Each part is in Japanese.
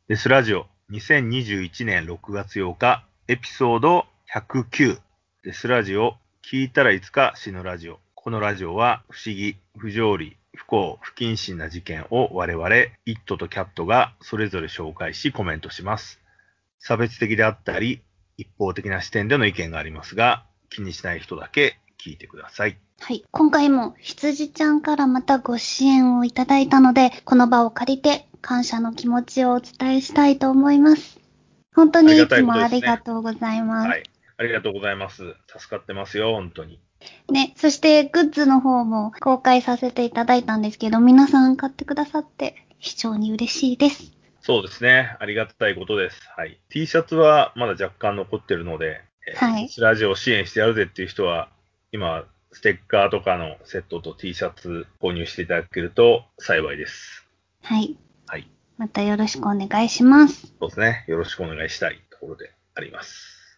デスラジオ2021年6月8日エピソード109デスラジオ聞いたらいつか死ぬラジオ。このラジオは不思議、不条理、不幸、不謹慎な事件を我々イットとキャットがそれぞれ紹介しコメントします。差別的であったり一方的な視点での意見がありますが、気にしない人だけ聞いてください。 はい。今回も羊ちゃんからまたご支援をいただいたので、この場を借りて感謝の気持ちをお伝えしたいと思います。本当にいつもありがとうございます。 はい。ありがとうございます。助かってますよ、本当に。 ね、そしてグッズの方も公開させていただいたんですけど、皆さん買ってくださって非常に嬉しいです。 そうですね。ありがたいことです。はい。T シャツはまだ若干残ってるので、 はい。 ラジオを支援してやるぜっていう人は、今、ステッカーとかのセットと T シャツ購入していただけると幸いです。 はい。 はい。 またよろしくお願いします。 そうですね。よろしくお願いしたいところであります。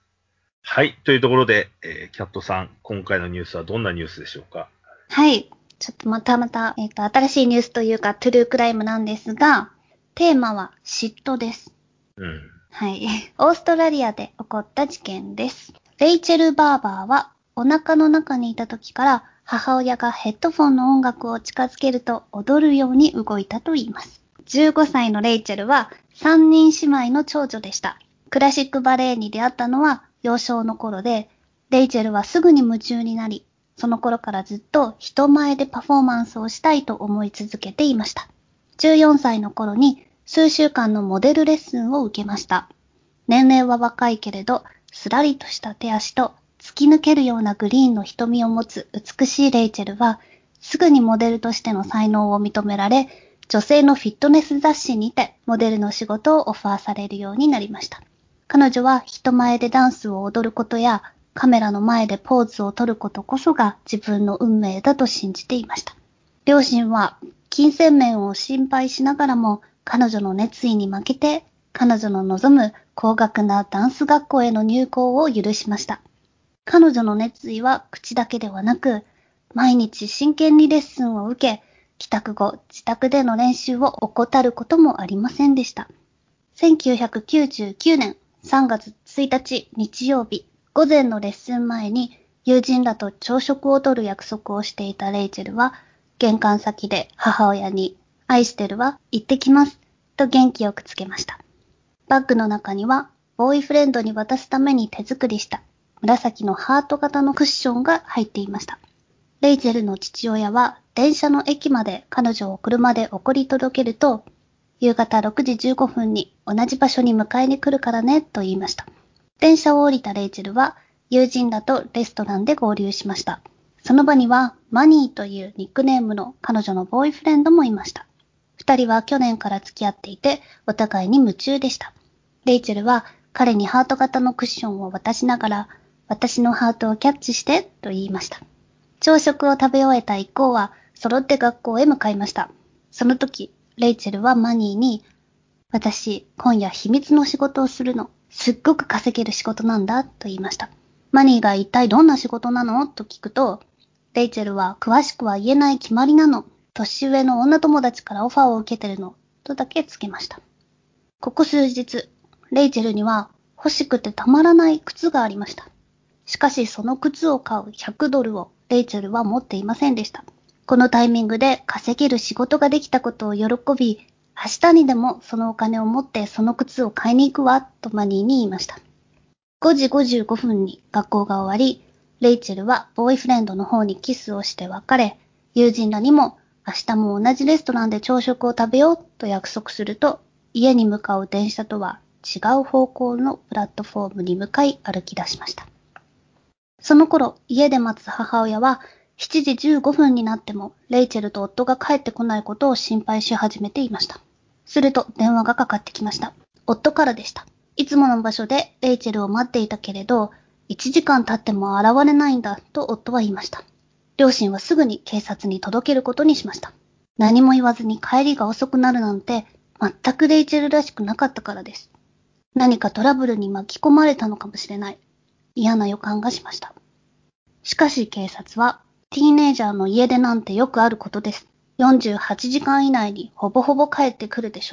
はい。というところで、キャットさん、今回のニュースはどんなニュースでしょうか？ はい。ちょっとまた、新しいニュースというか、トゥルークライムなんですが、テーマは嫉妬です。 うん。 はい。オーストラリアで起こった事件です。レイチェル・バーバーは、お腹の中にいた時から母親がヘッドフォンの音楽を近づけると踊るように動いたと言います。15歳のレイチェルは3人姉妹の長女でした。クラシックバレエに出会ったのは幼少の頃で、レイチェルはすぐに夢中になり、その頃からずっと人前でパフォーマンスをしたいと思い続けていました。14歳の頃に数週間のモデルレッスンを受けました。年齢は若いけれど、すらりとした手足と突き抜けるようなグリーンの瞳を持つ美しいレイチェルは、すぐにモデルとしての才能を認められ、女性のフィットネス雑誌にてモデルの仕事をオファーされるようになりました。彼女は人前でダンスを踊ることや、カメラの前でポーズを取ることこそが自分の運命だと信じていました。両親は金銭面を心配しながらも、彼女の熱意に負けて、彼女の望む高額なダンス学校への入校を許しました。彼女の熱意は口だけではなく、毎日真剣にレッスンを受け、帰宅後、自宅での練習を怠ることもありませんでした。1999年3月1日日曜日、午前のレッスン前に友人らと朝食をとる約束をしていたレイチェルは、玄関先で母親に、愛してるわ、行ってきます、と元気よくつけました。バッグの中には、ボーイフレンドに渡すために手作りした紫のハート型のクッションが入っていました。レイチェルの父親は電車の駅まで彼女を車で送り届けると、夕方6時15分に同じ場所に迎えに来るからねと言いました。電車を降りたレイチェルは友人らとレストランで合流しました。その場にはマニーというニックネームの彼女のボーイフレンドもいました。二人は去年から付き合っていてお互いに夢中でした。レイチェルは彼にハート型のクッションを渡しながら、私のハートをキャッチしてと言いました。朝食を食べ終えた一行は揃って学校へ向かいました。その時、レイチェルはマニーに、私、今夜秘密の仕事をするの。すっごく稼げる仕事なんだ、と言いました。マニーが一体どんな仕事なのと聞くと、レイチェルは詳しくは言えない決まりなの。年上の女友達からオファーを受けてるの。とだけつけました。ここ数日、レイチェルには欲しくてたまらない靴がありました。しかしその靴を買う$100をレイチェルは持っていませんでした。このタイミングで稼げる仕事ができたことを喜び、明日にでもそのお金を持ってその靴を買いに行くわ、とマニーに言いました。5時55分に学校が終わり、レイチェルはボーイフレンドの方にキスをして別れ、友人らにも明日も同じレストランで朝食を食べようと約束すると、家に向かう電車とは違う方向のプラットフォームに向かい歩き出しました。その頃、家で待つ母親は7時15分になってもレイチェルと夫が帰ってこないことを心配し始めていました。すると電話がかかってきました。夫からでした。いつもの場所でレイチェルを待っていたけれど、1時間経っても現れないんだと夫は言いました。両親はすぐに警察に届けることにしました。何も言わずに帰りが遅くなるなんて全くレイチェルらしくなかったからです。何かトラブルに巻き込まれたのかもしれない。嫌な予感がしました。しかし警察は、ティーネイジャーの家出なんてよくあることです。48時間以内にほぼほぼ帰ってくるでしょう。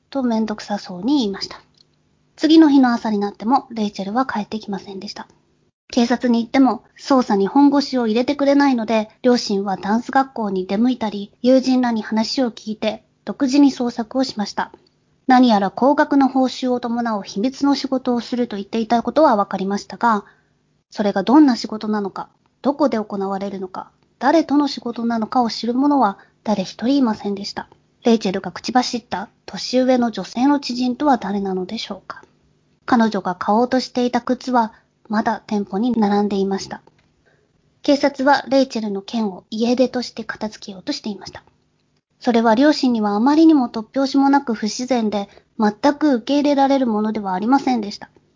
とめんどくさそうに言いました。次の日の朝になってもレイチェルは帰ってきませんでした。警察に行っても捜査に本腰を入れてくれないので、両親はダンス学校に出向いたり、友人らに話を聞いて独自に捜索をしました。何やら高額な報酬を伴う秘密の仕事をすると言っていたことは分かりましたが、それがどんな仕事なのか、どこで行われるのか、誰との仕事なのかを知る者は誰一人いませんでした。レイチェルが口走った年上の女性の知人とは誰なのでしょうか。彼女が買おうとしていた靴はまだ店舗に並んでいました。警察はレイチェルの件を家出として片付けようとしていました。それは両親にはあまりにも突拍子もなく不自然で、全く受け入れられるものではありませんでした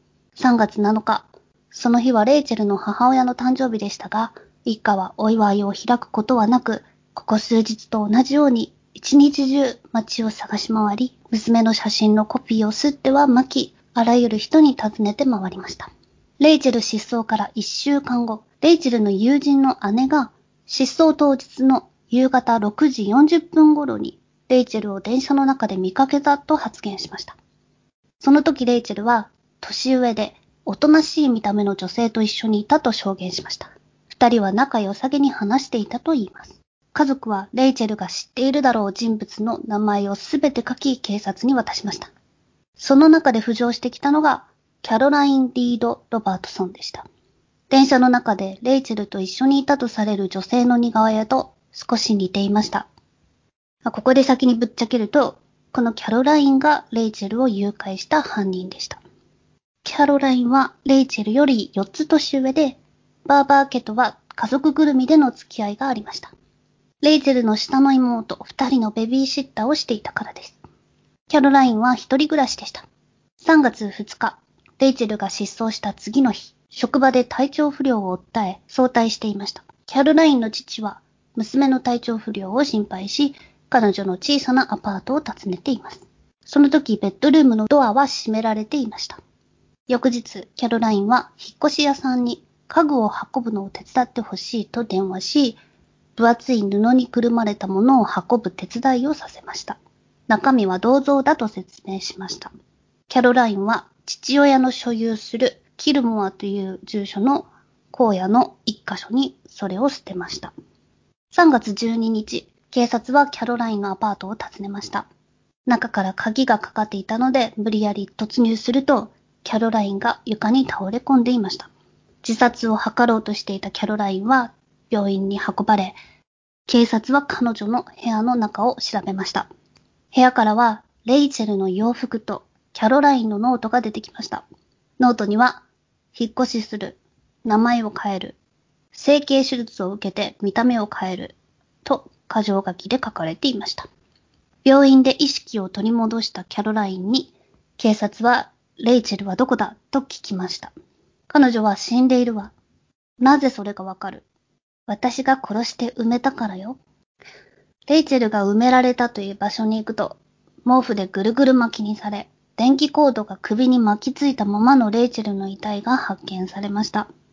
。3月7日、その日はレイチェルの母親の誕生日でしたが、一家はお祝いを開くことはなく、ここ数日と同じように一日中街を探し回り、娘の写真のコピーをすっては巻き、あらゆる人に尋ねて回りました。レイチェル失踪から1週間後、レイチェルの友人の姉が失踪当日の夕方6時40分頃にレイチェルを電車の中で見かけたと発言しました。その時レイチェルは年上でおとなしい見た目の女性と一緒にいたと証言しました。二人は仲良さげに話していたと言います。家族はレイチェルが知っているだろう人物の名前をすべて書き警察に渡しました。その中で浮上してきたのがキャロライン・リード・ロバートソンでした。電車の中でレイチェルと一緒にいたとされる女性の似顔絵と少し似ていました。ここで先にぶっちゃけると、このキャロラインがレイチェルを誘拐した犯人でした。キャロラインはレイチェルより4つ年上で、バーバー家とは家族ぐるみでの付き合いがありました。レイチェルの下の妹2人のベビーシッターをしていたからです。キャロラインは一人暮らしでした。3月2日、レイチェルが失踪した次の日、職場で体調不良を訴え、早退していました。キャロラインの父は、娘の体調不良を心配し、彼女の小さなアパートを訪ねています。その時、ベッドルームのドアは閉められていました。翌日、キャロラインは引っ越し屋さんに家具を運ぶのを手伝ってほしいと電話し、分厚い布にくるまれたものを運ぶ手伝いをさせました。中身は銅像だと説明しました。キャロラインは父親の所有するキルモアという住所の荒野の一箇所にそれを捨てました。3月12日、警察はキャロラインのアパートを訪ねました。中から鍵がかかっていたので無理やり突入すると、キャロラインが床に倒れ込んでいました。自殺を図ろうとしていたキャロラインは病院に運ばれ、警察は彼女の部屋の中を調べました。部屋からはレイチェルの洋服とキャロラインのノートが出てきました。ノートには、引っ越しする、名前を変える、整形手術を受けて見た目を変える、と箇条書きで書かれていました。病院で意識を取り戻したキャロラインに、警察は、レイチェルはどこだと聞きました。彼女は死んでいるわ。なぜそれがわかる？私が殺して埋めたからよ。レイチェルが埋められたという場所に行くと、毛布でぐるぐる巻きにされ、電気コードが首に巻きついたままのレイチェルの遺体が発見されました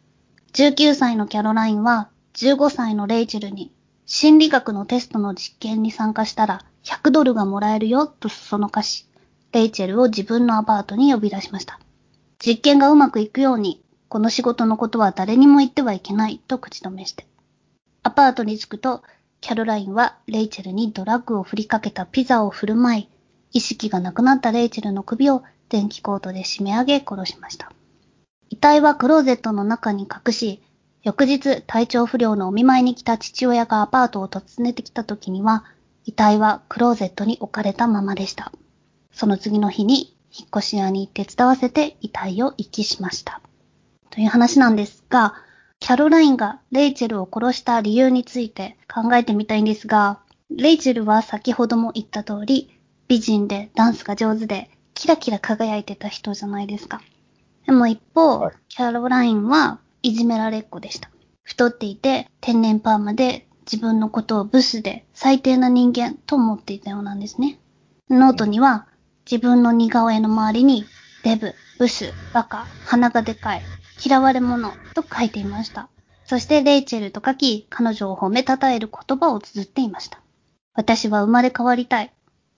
。19歳のキャロラインは15歳のレイチェルに心理学のテストの実験に参加したら$100がもらえるよとそそのかし、レイチェルを自分のアパートに呼び出しました。実験がうまくいくように、この仕事のことは誰にも言ってはいけないと口止めして。アパートに着くと、キャロラインはレイチェルにドラッグを振りかけたピザを振る舞い、意識がなくなったレイチェルの首を電気コードで締め上げ殺しました。遺体はクローゼットの中に隠し、翌日体調不良のお見舞いに来た父親がアパートを訪ねてきた時には、遺体はクローゼットに置かれたままでした。その次の日に引っ越し屋に手伝わせて遺体を遺棄しました。という話なんですが、キャロラインがレイチェルを殺した理由について考えてみたいんですが、レイチェルは先ほども言った通り、美人でダンスが上手でキラキラ輝いてた人じゃないですか。でも一方、キャロラインはいじめられっ子でした。太っていて天然パーマで自分のことをブスで最低な人間と思っていたようなんですね。ノートには自分の似顔絵の周りにデブ、ブス、バカ、鼻がでかい、嫌われ者と書いていました。そしてレイチェルと書き、彼女を褒めたたえる言葉を綴っていました。私は生まれ変わりたい。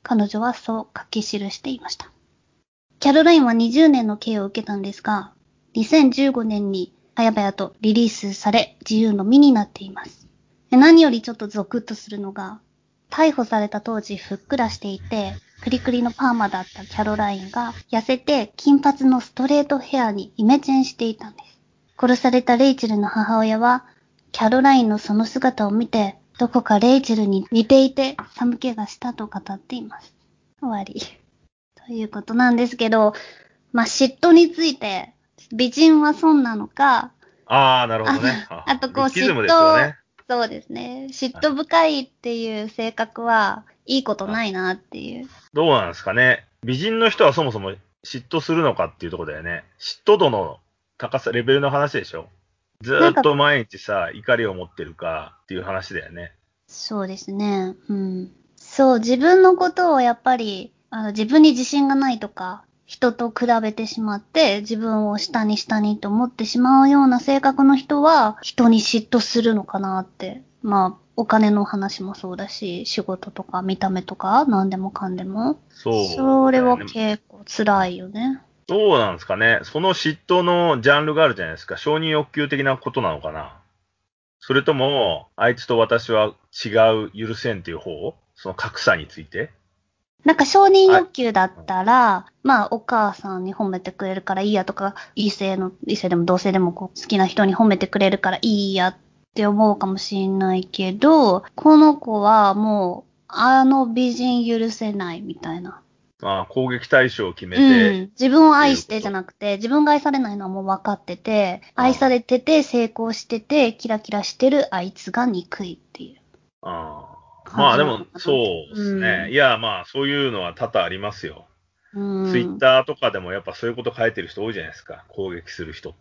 彼女はそう書き記していました。キャロラインは20年の刑を受けたんですが、2015年に早々とリリースされ自由の身になっています。何よりちょっとゾクッとするのが、逮捕された当時ふっくらしていて、クリクリのパーマだったキャロラインが痩せて金髪のストレートヘアにイメチェンしていたんです。殺されたレイチェルの母親は、キャロラインのその姿を見て、どこかレイチェルに似ていて寒気がしたと語っています。終わり。ということなんですけど、嫉妬について、美人は損なのか、 なるほどね。 あとルッキズムですよね。 そうですね。嫉妬深いっていう性格はいいことないなっていう。 どうなんですかね。美人の人はそもそも嫉妬するのかっていうところだよね。嫉妬度の高さ、レベルの話でしょ。ずーっと毎日さ、怒りを持ってるかっていう話だよね。 そうですね。うん。そう、自分のことをやっぱり、自分に自信がないとか、人と比べてしまって、自分を下にと思ってしまうような性格の人は、人に嫉妬するのかなって。お金の話もそうだし、仕事とか見た目とか、何でもかんでも。それは結構辛いよね。 どうなんですかね。その嫉妬のジャンルがあるじゃないですか。承認欲求的なことなのかな。それとも、あいつと私は違う、許せんっていう方、その格差について。 なんか承認欲求だったら、お母さんに褒めてくれるからいいやとか、異性でも同性でも好きな人に褒めてくれるからいいやって思うかもしれないけど、この子はもう、美人許せないみたいな。 攻撃対象を決めて。 自分を愛してじゃなくて、自分が愛されないのはもう分かってて、愛されてて成功してて、キラキラしてるあいつが憎いっていう。 でも、そうですね。いや、そういうのは多々ありますよ。ツイッターとかでもやっぱそういうこと書いてる人多いじゃないですか。攻撃する人って。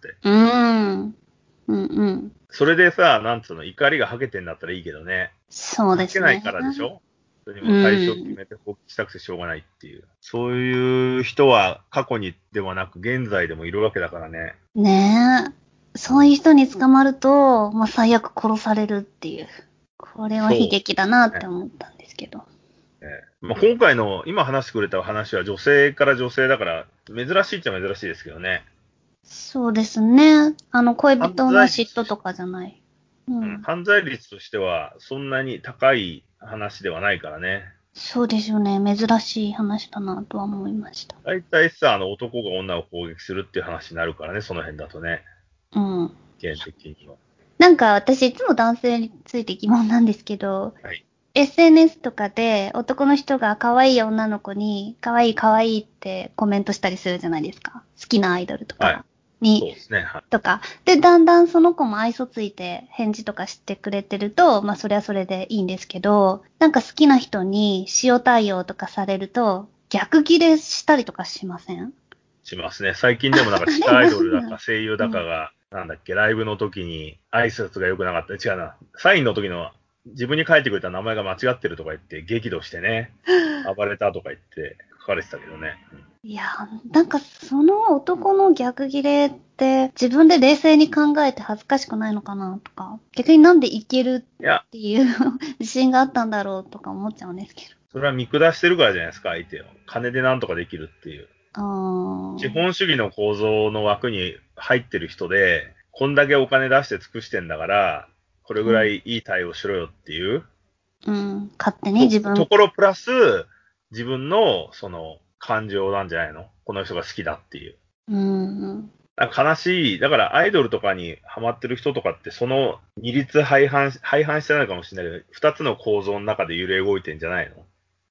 それでさ、なんつうの、怒りがはけてんだったらいいけどね。 そうですね。 はけないからでしょ。それにも対象を決めて放棄したくてしょうがないっていう。そういう人は過去にではなく現在でもいるわけだからね。 ねえ。そういう人に捕まると、最悪殺されるっていう。これは悲劇だなって思ったんですけど。 今回の、今話してくれた話は女性から女性だから、珍しいっちゃ珍しいですけどね。 そうですね。恋人の嫉妬とかじゃない。 犯罪率としては、そんなに高い話ではないからね。 そうですよね。珍しい話だなとは思いました。 大体さ、男が女を攻撃するっていう話になるからね、その辺だとね。現的には。 なんか私いつも男性について疑問なんですけど、SNS とかで男の人が可愛い女の子に可愛い可愛いってコメントしたりするじゃないですか。好きなアイドルとかに。 そうですね。 とか。で、だんだんその子も愛想ついて返事とかしてくれてると、それはそれでいいんですけど、なんか好きな人に塩対応とかされると、逆ギレしたりとかしません？ しますね。最近でもなんか地下アイドルだか声優だかが、なんだっけ、ライブの時に挨拶が良くなかった。違うな。サインの時の自分に書いてくれた名前が間違ってるとか言って激怒してね、暴れたとか言って書かれてたけどね。 いや、なんかその男の逆ギレって自分で冷静に考えて恥ずかしくないのかなとか、逆になんでいけるっていう自信があったんだろうとか思っちゃうんですけど。 それは見下してるからじゃないですか、相手を。金でなんとかできるっていう。資本主義の構造の枠に入ってる人で、こんだけお金出して尽くしてんだから、これぐらいいい対応しろよっていう。 勝手に自分。 ところプラス、自分の、その、感情なんじゃないの？この人が好きだっていう。悲しい。だからアイドルとかにハマってる人とかってその二律背反してないかもしれないけど、二つの構造の中で揺れ動いてんじゃないの？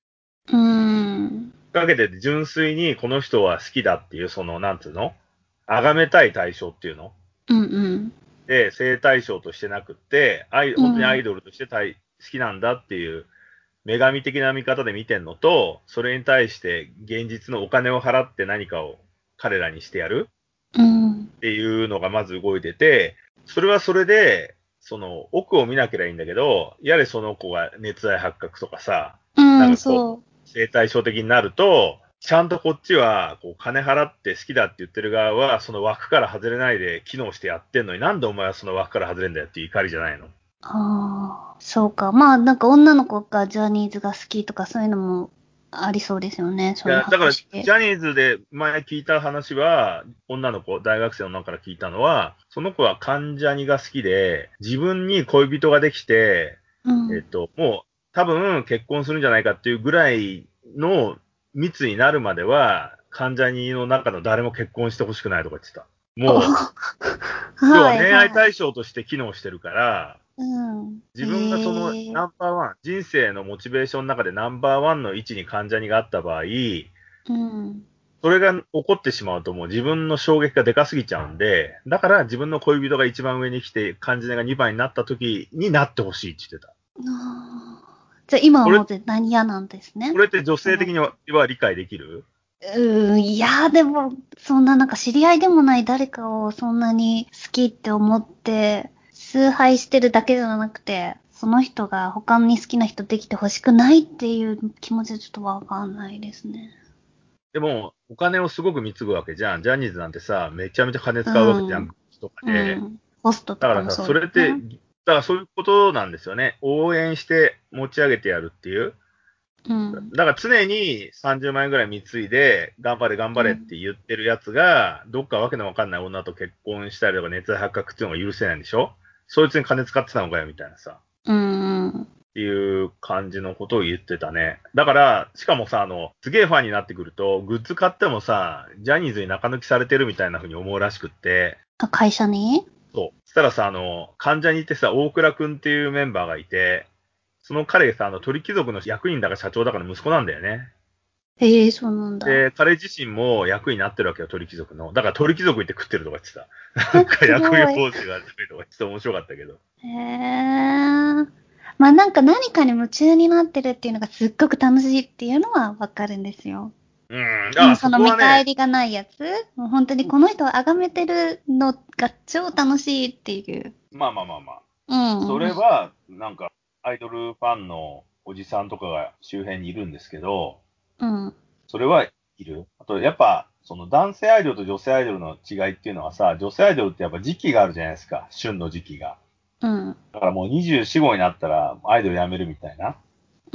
かけて純粋にこの人は好きだっていう、その、なんつうの？崇めたい対象っていうの？で、性対象としてなくって、本当にアイドルとして好きなんだっていう、女神的な見方で見てんのと、それに対して現実のお金を払って何かを彼らにしてやるっていうのがまず動いてて、それはそれで、その奥を見なければいいんだけど、やれその子が熱愛発覚とかさ、なんかこう、性対象的になると、ちゃんとこっちは、こう、金払って好きだって言ってる側は、その枠から外れないで機能してやってんのに、なんでお前はその枠から外れんだよっていう怒りじゃないの？ そうか。なんか女の子がジャニーズが好きとかそういうのもありそうですよね、そういういや、だから、ジ話。 ャニーズで前聞いた話は、女の子、大学生の中から聞いたのは、その子は関ジャニが好きで、自分に恋人ができて、 うん。 もう多分結婚するんじゃないかっていうぐらいの密になるまでは、関ジャニの中の誰も結婚してほしくないとか言ってた。 おもう、要ははい恋愛はい。 対象として機能してるから、 うん。 自分がそのナンバーワン、人生のモチベーションの中でナンバーワンの位置に関ジャニがあった場合、 うん。 それが起こってしまうともう自分の衝撃がでかすぎちゃうんで、だから自分の恋人が一番上に来て、関ジャニが2番になった時になってほしいって言ってた。 あーじゃあ今はこれ、 もう絶対に嫌なんですね。 これって女性的にその人。 は理解できる？ いやでも、そんななんか知り合いでもない誰かをそんなに好きって思って、崇拝してるだけじゃなくて、その人が他に好きな人できて欲しくないっていう気持ちはちょっとわかんないですね。 でも、お金をすごく貢ぐわけじゃん。ジャニーズなんてさ、めちゃめちゃ金う使うわけじゃん。 ん、とかで。 うん。ホストとだからさ、 かもそうそれって、 ですね。 だからそういうことなんですよね。応援して持ち上げてやるっていう。 うん。 だから常に30万円ぐらい貢いで、頑張れ頑張れっうん。 て言ってるやつが、どっかわけのわかんない女と結婚したりとか熱愛発覚っていうのが許せないんでしょ？そいつに金使ってたのかよみたいなさ。 うん。 っていう感じのことを言ってたね。だから、しかもさ、すげえファンになってくると、グッズ買ってもさ、ジャニーズに中抜きされてるみたいな風に思うらしくって、 あ、会社にそう。そしたらさ、関ジャニってさ、大倉くんっていうメンバーがいて、その彼さ、鳥貴族の役員だか社長だかの息子なんだよね。 ええそうなんだ。 で、彼自身も役になってるわけよ、鳥貴族の。だから鳥貴族行って食ってるとか言ってた。なんえ、 かすごい。 役員報酬があるとか言って面白かったけど。 へえ。まあなんか何かに夢中になってるっていうのがすっごく楽しいっていうのはわかるんですよ。 うん。 でもそその見返こはね、 りがないやつ、もう本当にこの人を崇めてるのが超楽しいっていう。 まあまあまあまあ。 うそん。 れは、なんか、アイドルファンのおじさんとかが周辺にいるんですけど、 うん。 それはいる。あと、やっぱ、その男性アイドルと女性アイドルの違いっていうのはさ、女性アイドルってやっぱ時期があるじゃないですか。旬の時期が。 うん。 だからもう24、5になったらアイドル辞めるみたいな。 うん。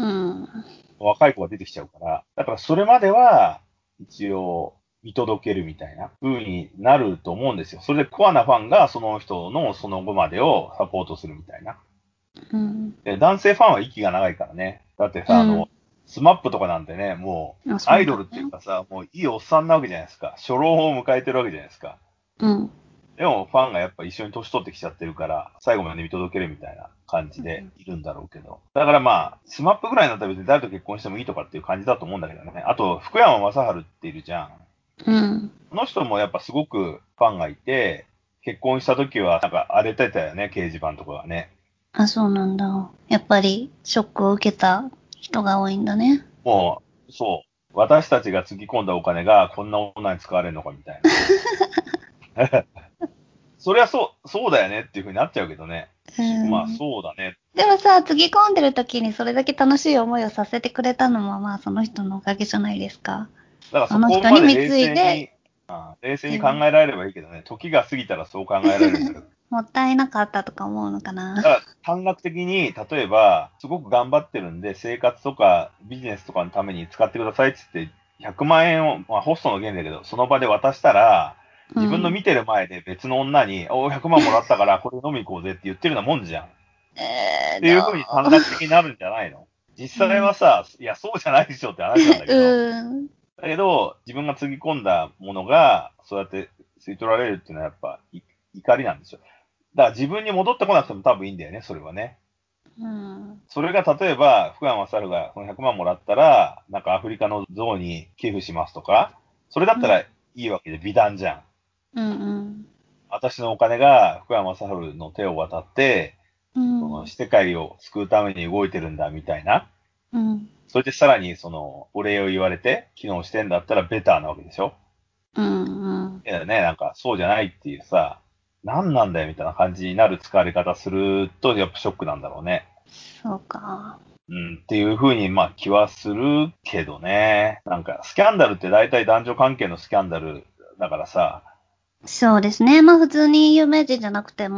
若い子が出てきちゃうから。だからそれまでは、一応、見届けるみたいな風になると思うんですよ。それでコアなファンがその人のその後までをサポートするみたいな。 うん。 で、男性ファンは息が長いからね。だってさ、 うん。 スマップとかなんてね、もう、 あ、そアイドルっていううだね。 かさ、もういいおっさんなわけじゃないですか。初老を迎えてるわけじゃないですか。 うん。 でも、ファンがやっぱ一緒に年取ってきちゃってるから、最後まで見届けるみたいな感じでいるんだろうけど。だからまあ、スマップぐらいになったら別に誰と結婚してもいいとかっていう感じだと思うんだけどね。あと、福山雅治っているじゃん。 うん。 この人もやっぱすごくファンがいて、結婚した時はなんか荒れてたよね、掲示板とかがね。 あ、そうなんだ。やっぱりショックを受けた人が多いんだね。 もう、そう。私たちがつぎ込んだお金がこんな女に使われるのかみたいな。そりゃそうだよねっていう風になっちゃうけどね。 うまあん。 そうだね。 でもさ、つぎ込んでる時にそれだけ楽しい思いをさせてくれたのもまあその人のおかげじゃないですか。 だからそその人にこまで冷貢いで、 静に、冷静に考えられればいいけどね。時が過ぎたらそう考えられるんだけど。 もったいなかったとか思うのかな。 だから短絡的に、例えば、すごく頑張ってるんで、生活とかビジネスとかのために使ってくださいって言って、100万円を、まあホストの件だけど、その場で渡したら、自分のうん。 見てる前で別の女に、100万もらったからこれ飲み行こうぜって言ってるようなもんじゃん。っどていう風に短絡的になるんじゃないの？ う、 実際はさ、いや、そうじゃないでしょって話なんだけど、 うん。 だけど、自分がつぎ込んだものが、そうやって吸い取られるっていうのはやっぱ、怒りなんですよ。だから自分に戻ってこなくても多分いいんだよね、それはね。 うん。 それが例えば、福山雅治がこの100万もらったら、なんかアフリカの象に寄付しますとか、それだったらいいわけで美談じゃん。 うん。 私のお金が福山雅治の手を渡って、 うそのん。 世界を救うために動いてるんだみたいな。 うん。 それでさらにそのお礼を言われて機能してんだったらベターなわけでしょ？ うん。 いやね、なんかそうじゃないっていうさ、何なんだよみたいな感じになる使われ方するとやっぱショックなんだろうね。 そうか。 うん、っていうふうに、まあ気はするけどね。なんか、スキャンダルって大体男女関係のスキャンダルだからさ、 そうですね。まあ普通に有名人じゃなくても、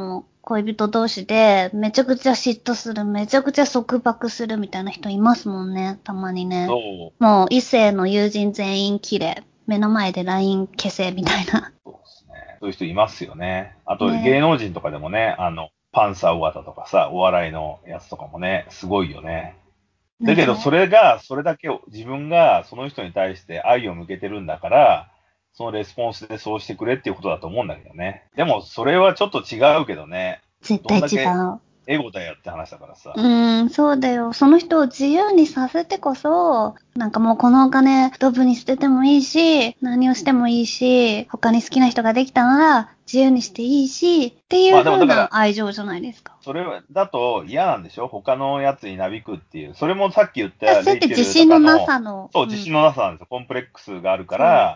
恋人同士で、めちゃくちゃ嫉妬する、めちゃくちゃ束縛するみたいな人いますもんね、たまにね。 そう。 もう異性の友人全員綺麗。目の前で LINE 消せ、みたいな。 そうですね。そういう人いますよね。あと、 ね。 芸能人とかでもね、パンサー尾形とかさ、お笑いのやつとかもね、すごいよね。だけど、それだけを、自分がその人に対して愛を向けてるんだから、そのレスポンスでそうしてくれっていうことだと思うんだけどね。でも、それはちょっと違うけどね。 絶対違どんだけう。 エゴだよって話だからさ。 そうだよ。その人を自由にさせてこそ、なんかもうこのお金ドブに捨ててもいいし、何をしてもいいし、他に好きな人ができたなら自由にしていいし、っていう風な愛情じゃないですか。 それだと嫌なんでしょ？他のやつになびくっていう。それもさっき言ったそうやって自信のなさの。 そう、自信のなさなんですよ。コンプレックスがあるから、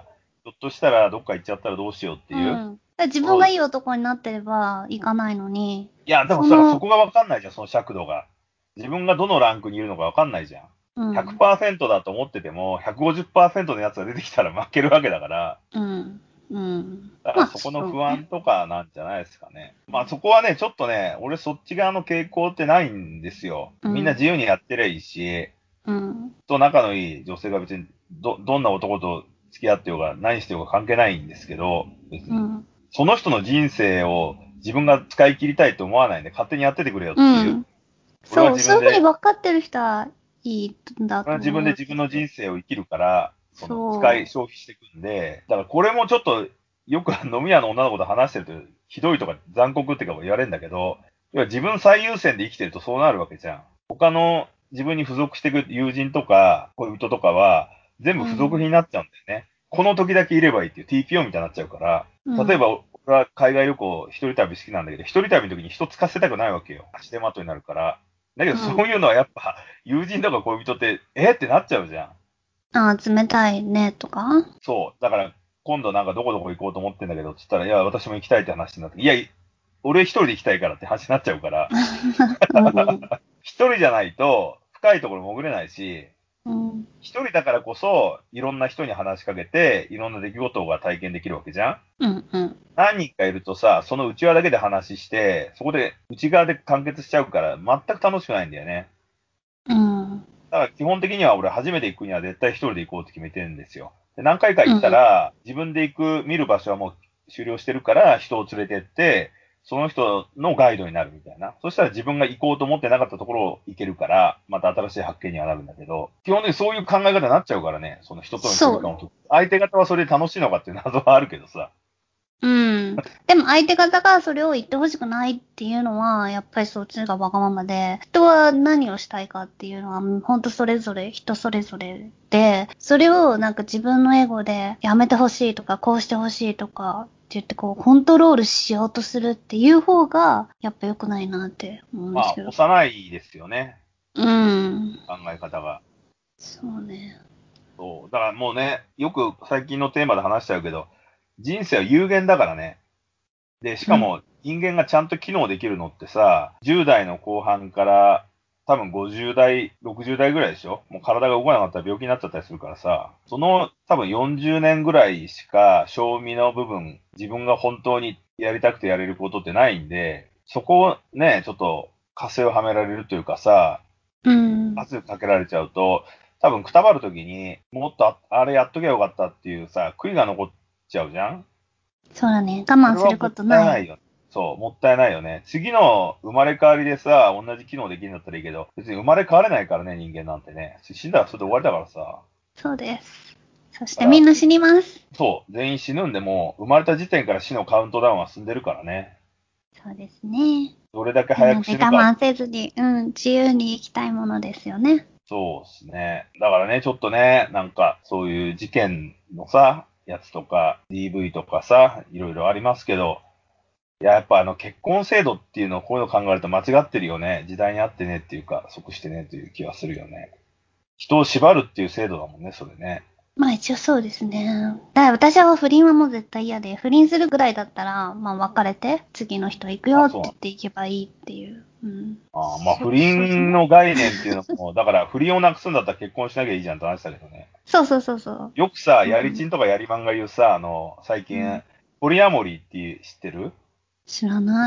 ひょっとしたらどっか行っちゃったらどうしようっていう。 自分がいい男になってれば行かないのに。 いや、でもそこがわかんないじゃん、その尺度が。自分がどのランクにいるのかわかんないじゃん。100% だと思ってても、150% のやつが出てきたら負けるわけだから。だからそこの不安とかなんじゃないですかね。まあそこはね、ちょっとね、俺そっち側の傾向ってないんですよ。みんな自由にやってりゃいいし、と仲のいい女性が別にどんな男と付き合ってようが何してようが関係ないんですけど、別に。その人の人生を自分が使い切りたいと思わないんで、勝手にやっててくれよっていう。 そういうふうに分かってる人はいいんだと思う。 自分で自分の人生を生きるから、消費していくんで、だからこれもちょっと、よく飲み屋の女の子と話してると、ひどいとか残酷ってか言われるんだけど、要は自分最優先で生きてるとそうなるわけじゃん。他の自分に付属していく友人とか恋人とかは、全部付属品になっちゃうんだよね。この時だけいればいいっていう TPO みたいになっちゃうから、例えば、俺は海外旅行一人旅好きなんだけど、一人旅の時に人つかせたくないわけよ。足手まといになるから。だけどそういうのはやっぱ、友人とか恋人って、ってなっちゃうじゃん。 冷たいね、とかそう。だから、今度なんかどこどこ行こうと思ってんだけど、つったら、いや、私も行きたいって話になって、いや、俺一人で行きたいからって話になっちゃうから、一人じゃないと深いところ潜れないし、一人だからこそ、いろんな人に話しかけて、いろんな出来事が体験できるわけじゃん。何人かいるとさ、その内輪だけで話して、そこで内側で完結しちゃうから、全く楽しくないんだよね。だから基本的には俺初めて行くには絶対一人で行こうって決めてるんですよ。で何回か行ったら、自分で行く、見る場所はもう終了してるから人を連れてって、その人のガイドになるみたいな。そしたら自分が行こうと思ってなかったところを行けるから、また新しい発見にはなるんだけど、基本的にそういう考え方になっちゃうからね、その人との距離感をと。相手方はそれで楽しいのかっていう謎はあるけどさ。 でも相手方がそれを言ってほしくないっていうのは、やっぱりそっちがわがままで、人は何をしたいかっていうのは、ほんとそれぞれ、人それぞれで、それをなんか自分のエゴでやめてほしいとか、こうしてほしいとか、って言ってこう、コントロールしようとするっていう方が、やっぱ良くないなって思うんですけど。 幼いですよね。考え方が。 そうね。 そう。だからもうね、よく最近のテーマで話しちゃうけど、人生は有限だからね。で、しかも人間がちゃんと機能できるのってさ、10代の後半から多分50代、60代ぐらいでしょ？もう体が動かなかったら病気になっちゃったりするからさ、その多分40年ぐらいしか賞味の部分、自分が本当にやりたくてやれることってないんで、そこをね、ちょっと枷をはめられるというかさ、圧力かけられちゃうと、多分くたばるときにもっとあれやっときゃよかったっていうさ、悔いが残っちゃうじゃん？ そうだね。我慢することない。 それはもったいないよ。そう、もったいないよね。次の生まれ変わりでさ、同じ機能できるんだったらいいけど、別に生まれ変われないからね、人間なんてね。死んだらそれで終わりだからさ。 そうです。そしてみんな死にます。 そう、全員死ぬんで、もう生まれた時点から死のカウントダウンは進んでるからね。 そうですね。 どれだけ早く死ぬか。 我慢せずに、自由に生きたいものですよね。 そうですね。だからね、ちょっとね、なんか、そういう事件のさ、やつとか、DV とかさ、いろいろありますけど、やっぱ結婚制度っていうのをこういうの考えると間違ってるよね。時代に合ってねっていうか、即してねという気はするよね。人を縛るっていう制度だもんね、それね。 まあ一応そうですね。だから私は不倫はもう絶対嫌で、不倫するぐらいだったら、まあ別れて、次の人行くよって言って行けばいいっていう。 まあ不倫の概念っていうのも、だから不倫をなくすんだったら結婚しなきゃいいじゃんって話だけどね。 そう。 よくさ、やりちんとかやりまんが言うさ、最近、ポリアモリーって知ってる？ 知らない。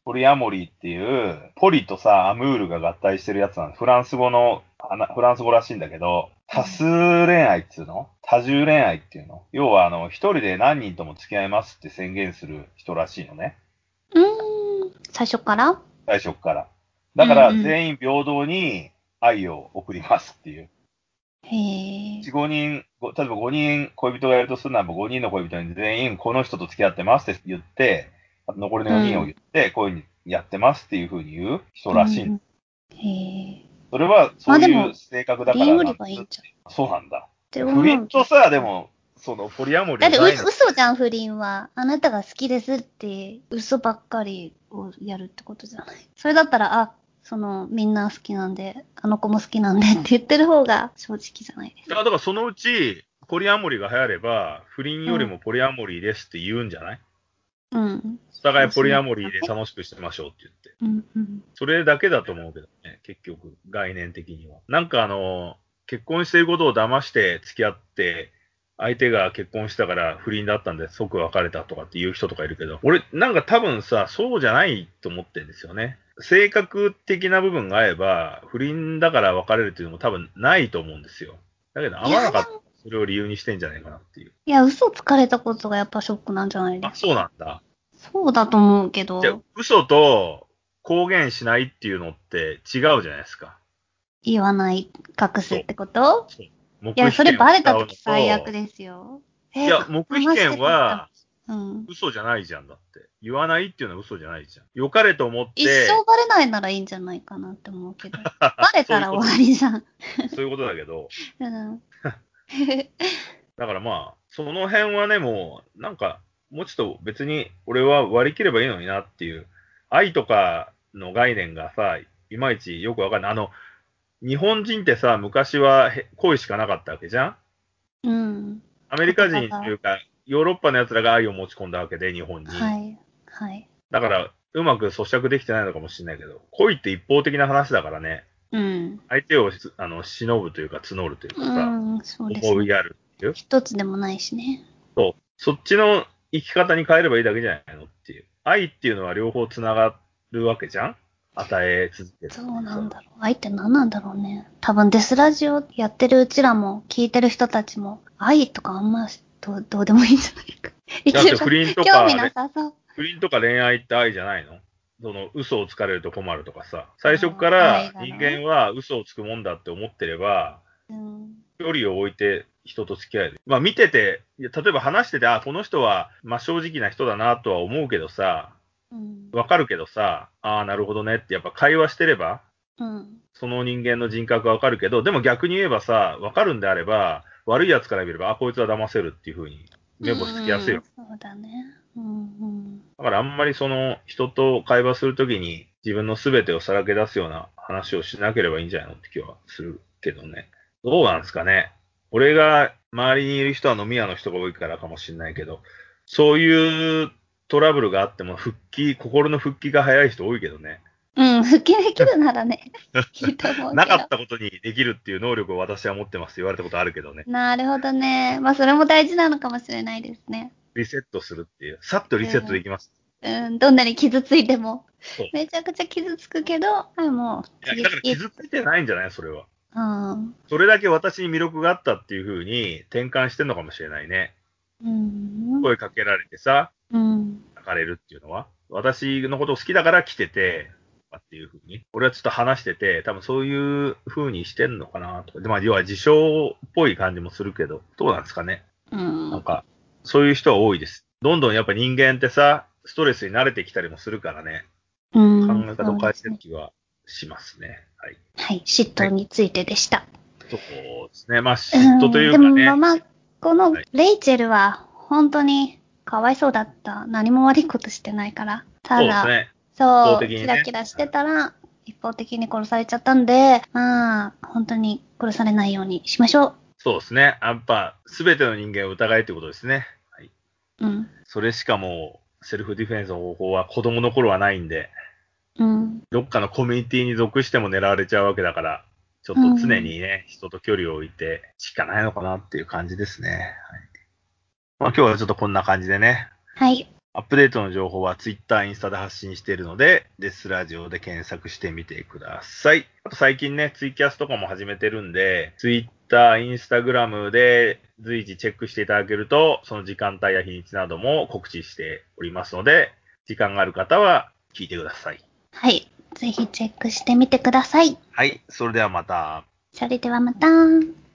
ポリアモリーっていう、ポリとさ、アムールが合体してるやつなんで、フランス語らしいんだけど、多数恋愛っていうの多重恋愛っていうの要は一人で何人とも付き合いますって宣言する人らしいのね。 最初から最初から。だから全員平等に愛を送りますっていう。 へえ。 4、5人、例えば5人恋人がいるとするならば5人の恋人に全員この人と付き合ってますって言って、残りの4人を言って、こういうふうにやってますっていうふうに言う人らしい。 へえ。 それはそういう性格だからなんです。そうなんだ。不倫とさ、でも、ポリアモリーだって嘘じゃん、不倫は。あなたが好きですって嘘ばっかりをやるってことじゃない。それだったら、みんな好きなんで、あの子も好きなんでって言ってる方が正直じゃないですか。 だからそのうち、ポリアモリーが流行れば、不倫よりもポリアモリーですって言うんじゃない？ うん。 お互いポリアモリーで楽しくしてましょうって言って。それだけだと思うけどね、結局、概念的には。なんか結婚していることを騙して付き合って、相手が結婚したから不倫だったんで即別れたとかっていう人とかいるけど、俺なんか多分さ、そうじゃないと思ってるんですよね。性格的な部分が合えば、不倫だから別れるっていうのも多分ないと思うんですよ。だけど合わなかったらそれを理由にしてんじゃないかなっていう。 いや、嘘つかれたことがやっぱショックなんじゃないですか。 あ、そうなんだ。 そうだと思うけど。 じゃあ、嘘と公言しないっていうのって違うじゃないですか。 言わない、隠すってこと？ そう。 いや、それバレたとき最悪ですよ。 いや、黙秘権は、 うん嘘じゃないじゃんだって。言わないっていうのは嘘じゃないじゃん。良かれと思って。 一生バレないならいいんじゃないかなって思うけど。バレたら終わりじゃん。 そういうことだけど。 うん、 だからまあ、その辺はね、もう、なんか、もうちょっと別に俺は割り切ればいいのになっていう。愛とかの概念がさ、いまいちよくわかんない。日本人ってさ、昔は恋しかなかったわけじゃん？ うん。 アメリカ人というか、ヨーロッパの奴らが愛を持ち込んだわけで、日本に。 はい。はい。 だから、うまく咀嚼できてないのかもしれないけど、恋って一方的な話だからね。 うん。 相手を忍ぶというか、募るというかさ、 そうですね。 思いやるっていう。 一つでもないしね。 そう。そっちの生き方に変えればいいだけじゃないのっていう。愛っていうのは両方つながるわけじゃん？与え続ける。 そうなんだろう。愛って何なんだろうね。多分デスラジオやってるうちらも、聞いてる人たちも、愛とかあんまどうでもいいんじゃないか。 だって不倫とか、 興味なさそう。 不倫とか恋愛って愛じゃないの？嘘をつかれると困るとかさ。最初から人間は嘘をつくもんだって思ってれば、距離を置いて人と付き合える。まあ見てて、例えば話してて、この人は、まあ正直な人だなとは思うけどさ、わかるけどさ、なるほどねってやっぱ会話してれば、その人間の人格がわかるけど、でも逆に言えばさ、わかるんであれば、悪い奴から見れば、こいつは騙せるっていう風に目星つきやすいよ。 そうだね。 だからあんまり人と会話するときに自分の全てをさらけ出すような話をしなければいいんじゃないのって気はするけどね。どうなんですかね。俺が周りにいる人は飲み屋の人が多いからかもしれないけど、そういうトラブルがあっても心の復帰が早い人多いけどね。 復帰できるならね、いいと思うけど。 なかったことにできるっていう能力を私は持ってますって言われたことあるけどね。 なるほどね。まあそれも大事なのかもしれないですね。 リセットするっていう。さっとリセットできます。 どんなに傷ついても。めちゃくちゃ傷つくけど、もう。 だから傷ついてないんじゃないそれは。 うん。 それだけ私に魅力があったっていう風に転換してんのかもしれないね。声かけられてさ、泣かれるっていうのは。私のことを好きだから来てて、っていう風に。俺はちょっと話してて、多分そういう風にしてんのかなとか。で、まあ、要は自傷っぽい感じもするけど、どうなんですかね。なんか、そういう人は多いです。どんどんやっぱ人間ってさ、ストレスに慣れてきたりもするからね。考え方を変えてる気はしますね。はい。 はい。嫉妬についてでした。 そうですね。まあ、嫉妬というかね。 でもまあ、このレイチェルは本当にかわいそうだった。何も悪いことしてないから。ただ、 そうですね。 そう、キラキラしてたら、一方的に殺されちゃったんで、まあ、本当に殺されないようにしましょう。 そうですね。やっぱ、すべての人間を疑えってことですね。はい。 うん。 それしかもう、セルフディフェンスの方法は子供の頃はないんで、どっかのコミュニティに属しても狙われちゃうわけだから、ちょっと常にね、人と距離を置いてしかないのかなっていう感じですね。はい。まあ今日はちょっとこんな感じでね。 はい。 アップデートの情報は Twitter、インスタで発信しているので、デスラジオで検索してみてください。あと最近ね、ツイキャスとかも始めてるんで、Twitter、Instagram で随時チェックしていただけると、その時間帯や日にちなども告知しておりますので、時間がある方は聞いてください。 はい。ぜひチェックしてみてください。 はい、それではまた。 それではまた。